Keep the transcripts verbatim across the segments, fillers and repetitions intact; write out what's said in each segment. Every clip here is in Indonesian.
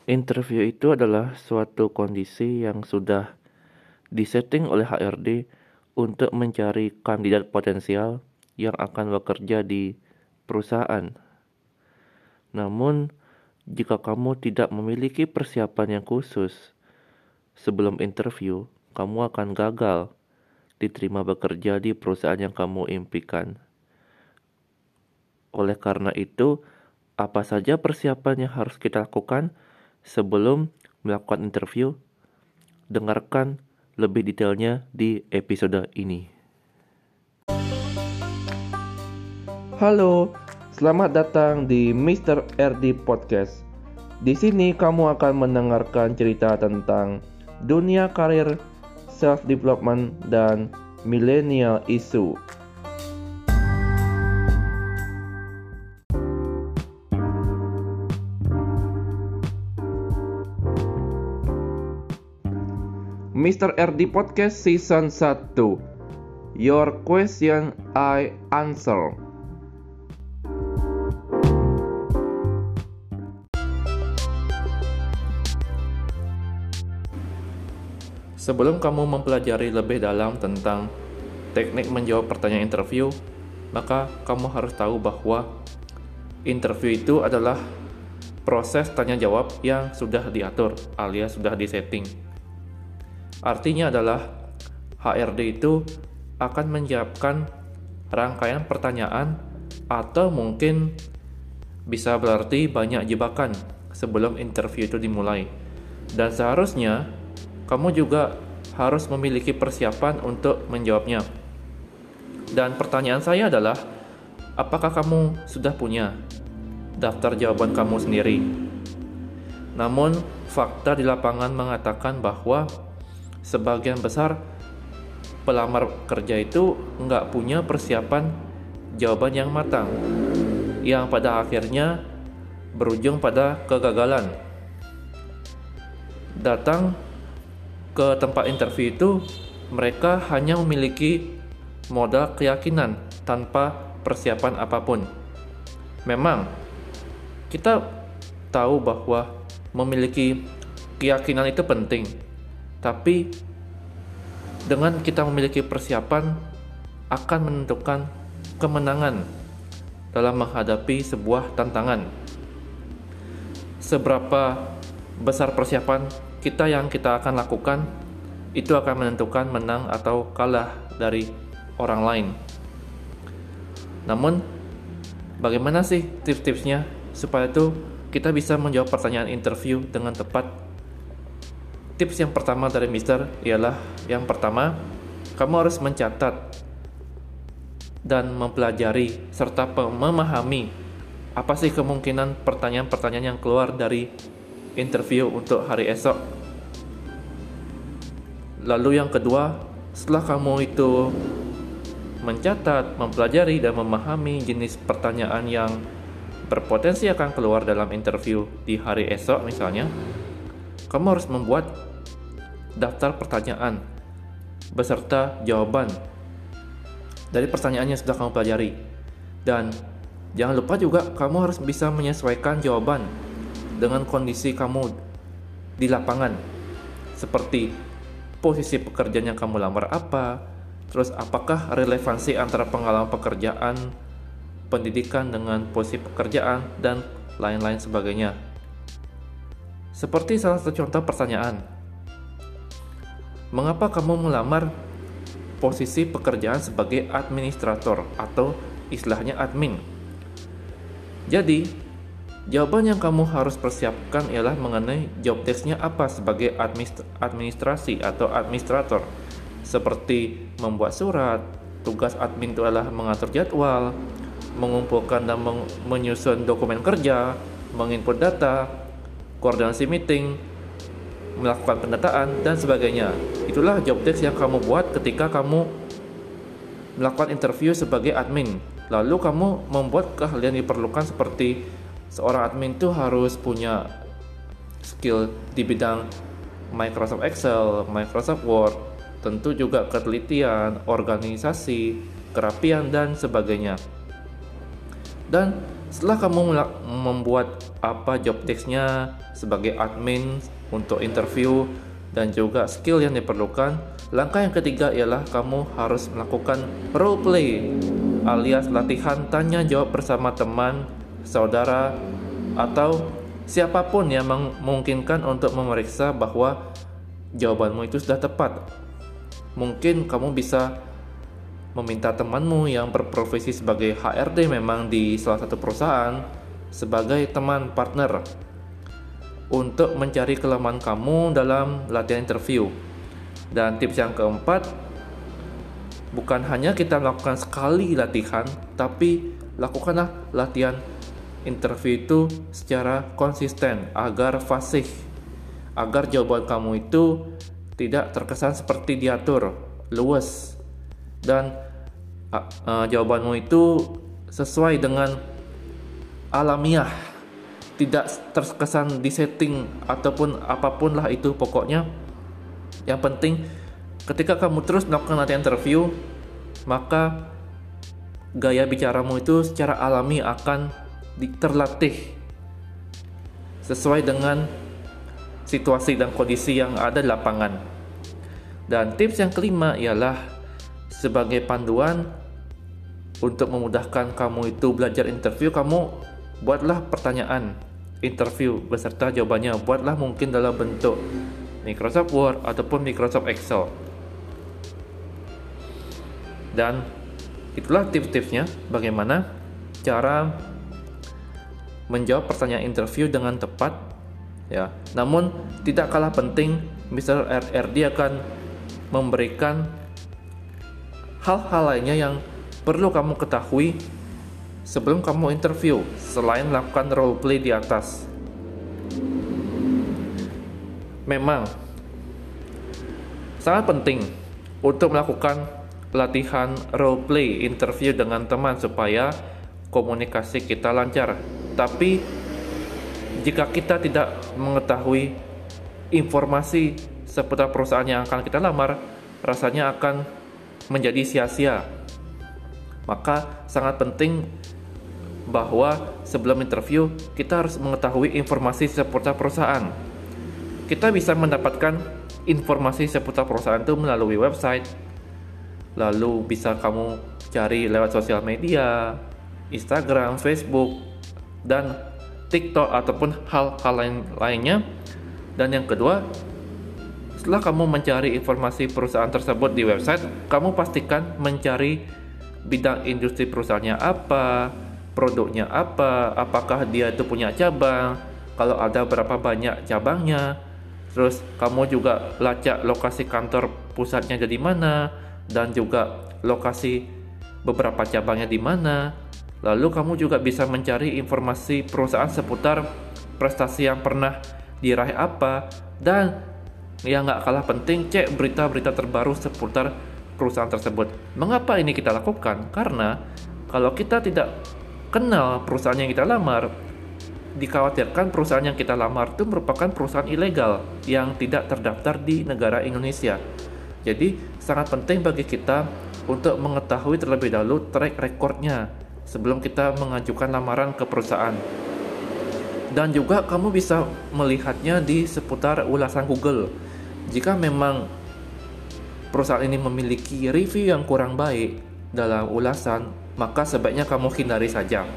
Interview itu adalah suatu kondisi yang sudah disetting oleh H R D untuk mencari kandidat potensial yang akan bekerja di perusahaan. Namun, jika kamu tidak memiliki persiapan yang khusus sebelum interview, kamu akan gagal diterima bekerja di perusahaan yang kamu impikan. Oleh karena itu, apa saja persiapan yang harus kita lakukan sebelum melakukan interview? Dengarkan lebih detailnya di episode ini. Halo, selamat datang di mister R D Podcast. Di sini kamu akan mendengarkan cerita tentang dunia karir, self development, dan millennial issue. mister R D Podcast Season satu. Your question I answer. Sebelum kamu mempelajari lebih dalam tentang teknik menjawab pertanyaan interview, maka kamu harus tahu bahwa interview itu adalah proses tanya jawab yang sudah diatur alias sudah disetting. Artinya adalah H R D itu akan menyiapkan rangkaian pertanyaan atau mungkin bisa berarti banyak jebakan sebelum interview itu dimulai. Dan seharusnya kamu juga harus memiliki persiapan untuk menjawabnya. Dan pertanyaan saya adalah, apakah kamu sudah punya daftar jawaban kamu sendiri? Namun, fakta di lapangan mengatakan bahwa sebagian besar pelamar kerja itu nggak punya persiapan jawaban yang matang, yang pada akhirnya berujung pada kegagalan. Datang ke tempat interview itu, mereka hanya memiliki modal keyakinan tanpa persiapan apapun. Memang, kita tahu bahwa memiliki keyakinan itu penting, tapi dengan kita memiliki persiapan akan menentukan kemenangan dalam menghadapi sebuah tantangan. Seberapa besar persiapan kita yang kita akan lakukan, itu akan menentukan menang atau kalah dari orang lain. Namun, bagaimana sih tips-tipsnya supaya itu kita bisa menjawab pertanyaan interview dengan tepat? Tips yang pertama dari Mister ialah yang pertama, kamu harus mencatat dan mempelajari serta memahami apa sih kemungkinan pertanyaan-pertanyaan yang keluar dari interview untuk hari esok. Lalu yang kedua, setelah kamu itu mencatat, mempelajari dan memahami jenis pertanyaan yang berpotensi akan keluar dalam interview di hari esok misalnya, kamu harus membuat daftar pertanyaan beserta jawaban dari pertanyaan yang sudah kamu pelajari. Dan jangan lupa juga kamu harus bisa menyesuaikan jawaban dengan kondisi kamu di lapangan, seperti posisi pekerjaan yang kamu lamar apa, terus apakah relevansi antara pengalaman pekerjaan, pendidikan dengan posisi pekerjaan, dan lain-lain sebagainya. Seperti salah satu contoh pertanyaan, mengapa kamu melamar posisi pekerjaan sebagai administrator atau istilahnya admin? Jadi, jawaban yang kamu harus persiapkan ialah mengenai job desk-nya apa sebagai administrasi atau administrator. Seperti membuat surat, tugas admin itu adalah mengatur jadwal, mengumpulkan dan meng- menyusun dokumen kerja, menginput data, koordinasi meeting, melakukan pendataan, dan sebagainya. Itulah job desk yang kamu buat ketika kamu melakukan interview sebagai admin. Lalu kamu membuat keahlian diperlukan seperti seorang admin itu harus punya skill di bidang Microsoft Excel, Microsoft Word, tentu juga ketelitian, organisasi, kerapian, dan sebagainya. Dan Setelah kamu membuat apa job desk-nya sebagai admin untuk interview dan juga skill yang diperlukan, langkah yang ketiga ialah kamu harus melakukan role play alias latihan tanya jawab bersama teman, saudara, atau siapapun yang memungkinkan untuk memeriksa bahwa jawabanmu itu sudah tepat. Mungkin kamu bisa meminta temanmu yang berprofesi sebagai H R D memang di salah satu perusahaan sebagai teman partner untuk mencari kelemahan kamu dalam latihan interview. Dan tips yang keempat, bukan hanya kita melakukan sekali latihan, tapi lakukanlah latihan interview itu secara konsisten agar fasih, agar jawaban kamu itu tidak terkesan seperti diatur, luwes, dan uh, uh, jawabanmu itu sesuai dengan alamiah, tidak terkesan disetting ataupun apapun lah itu pokoknya. Yang penting ketika kamu terus melakukan latihan interview, maka gaya bicaramu itu secara alami akan terlatih sesuai dengan situasi dan kondisi yang ada di lapangan. Dan tips yang kelima ialah sebagai panduan untuk memudahkan kamu itu belajar interview, kamu buatlah pertanyaan interview beserta jawabannya. Buatlah mungkin dalam bentuk Microsoft Word ataupun Microsoft Excel. Dan itulah tips-tipsnya bagaimana cara menjawab pertanyaan interview dengan tepat, ya. Namun tidak kalah penting, mister R R D akan memberikan hal-hal lainnya yang perlu kamu ketahui sebelum kamu interview selain melakukan role play di atas. Memang sangat penting untuk melakukan latihan role play interview dengan teman supaya komunikasi kita lancar. Tapi jika kita tidak mengetahui informasi seputar perusahaan yang akan kita lamar, rasanya akan menjadi sia-sia. Maka sangat penting bahwa sebelum interview kita harus mengetahui informasi seputar perusahaan. Kita bisa mendapatkan informasi seputar perusahaan itu melalui website, lalu bisa kamu cari lewat sosial media, Instagram, Facebook, dan TikTok ataupun hal-hal lain lainnya. Dan yang kedua, setelah kamu mencari informasi perusahaan tersebut di website, kamu pastikan mencari bidang industri perusahaannya apa, produknya apa, apakah dia itu punya cabang, kalau ada berapa banyak cabangnya. Terus kamu juga lacak lokasi kantor pusatnya jadi mana, dan juga lokasi beberapa cabangnya di mana. Lalu kamu juga bisa mencari informasi perusahaan seputar prestasi yang pernah diraih apa, dan yang gak kalah penting, cek berita-berita terbaru seputar perusahaan tersebut. Mengapa ini kita lakukan? Karena kalau kita tidak kenal perusahaan yang kita lamar, dikhawatirkan perusahaan yang kita lamar itu merupakan perusahaan ilegal yang tidak terdaftar di negara Indonesia. Jadi sangat penting bagi kita untuk mengetahui terlebih dahulu track recordnya sebelum kita mengajukan lamaran ke perusahaan. Dan juga kamu bisa melihatnya di seputar ulasan Google. Jika memang perusahaan ini memiliki review yang kurang baik dalam ulasan, maka sebaiknya kamu hindari saja.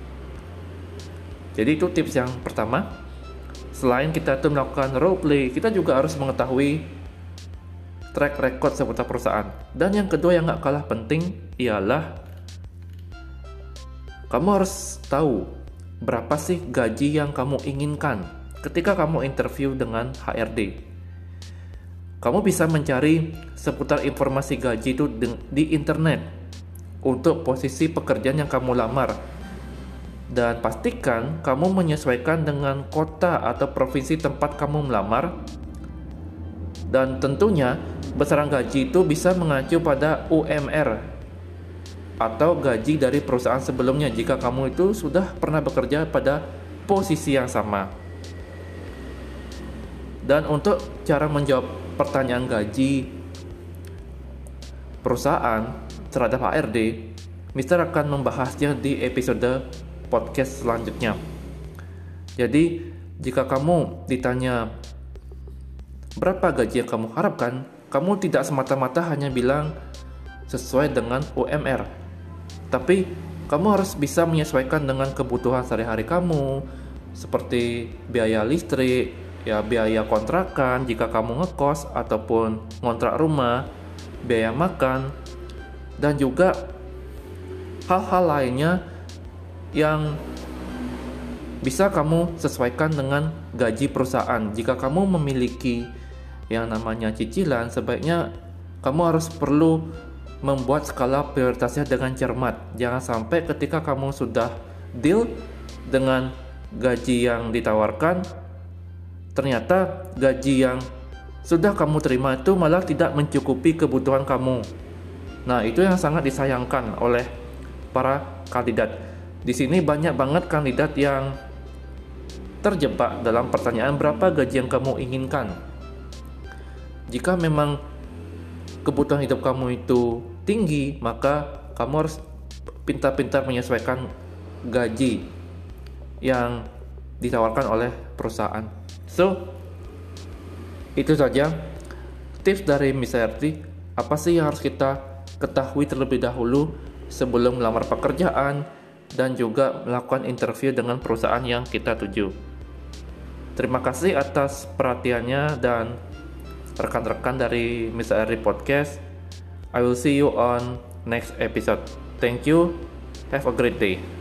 Jadi itu tips yang pertama. Selain kita itu melakukan role play, kita juga harus mengetahui track record seputar perusahaan. Dan yang kedua yang gak kalah penting ialah kamu harus tahu berapa sih gaji yang kamu inginkan ketika kamu interview dengan H R D. Kamu bisa mencari seputar informasi gaji itu di internet untuk posisi pekerjaan yang kamu lamar. Dan pastikan kamu menyesuaikan dengan kota atau provinsi tempat kamu melamar. Dan tentunya besaran gaji itu bisa mengacu pada U M R atau gaji dari perusahaan sebelumnya jika kamu itu sudah pernah bekerja pada posisi yang sama. Dan untuk cara menjawab pertanyaan gaji perusahaan terhadap H R D, Mister akan membahasnya di episode podcast selanjutnya. Jadi, jika kamu ditanya berapa gaji yang kamu harapkan, kamu tidak semata-mata hanya bilang sesuai dengan U M R. Tapi, kamu harus bisa menyesuaikan dengan kebutuhan sehari-hari kamu, seperti biaya listrik, ya biaya kontrakan jika kamu ngekos ataupun ngontrak rumah, biaya makan, dan juga hal-hal lainnya yang bisa kamu sesuaikan dengan gaji perusahaan. Jika kamu memiliki yang namanya cicilan, sebaiknya kamu harus perlu membuat skala prioritasnya dengan cermat. Jangan sampai ketika kamu sudah deal dengan gaji yang ditawarkan, ternyata gaji yang sudah kamu terima itu malah tidak mencukupi kebutuhan kamu. Nah, itu yang sangat disayangkan oleh para kandidat. Di sini banyak banget kandidat yang terjebak dalam pertanyaan berapa gaji yang kamu inginkan. Jika memang kebutuhan hidup kamu itu tinggi, maka kamu harus pintar-pintar menyesuaikan gaji yang ditawarkan oleh perusahaan. So, itu saja tips dari Miss Erti. Apa sih yang harus kita ketahui terlebih dahulu sebelum melamar pekerjaan dan juga melakukan interview dengan perusahaan yang kita tuju. Terima kasih atas perhatiannya dan rekan-rekan dari Miss Erti Podcast. I will see you on next episode. Thank you. Have a great day.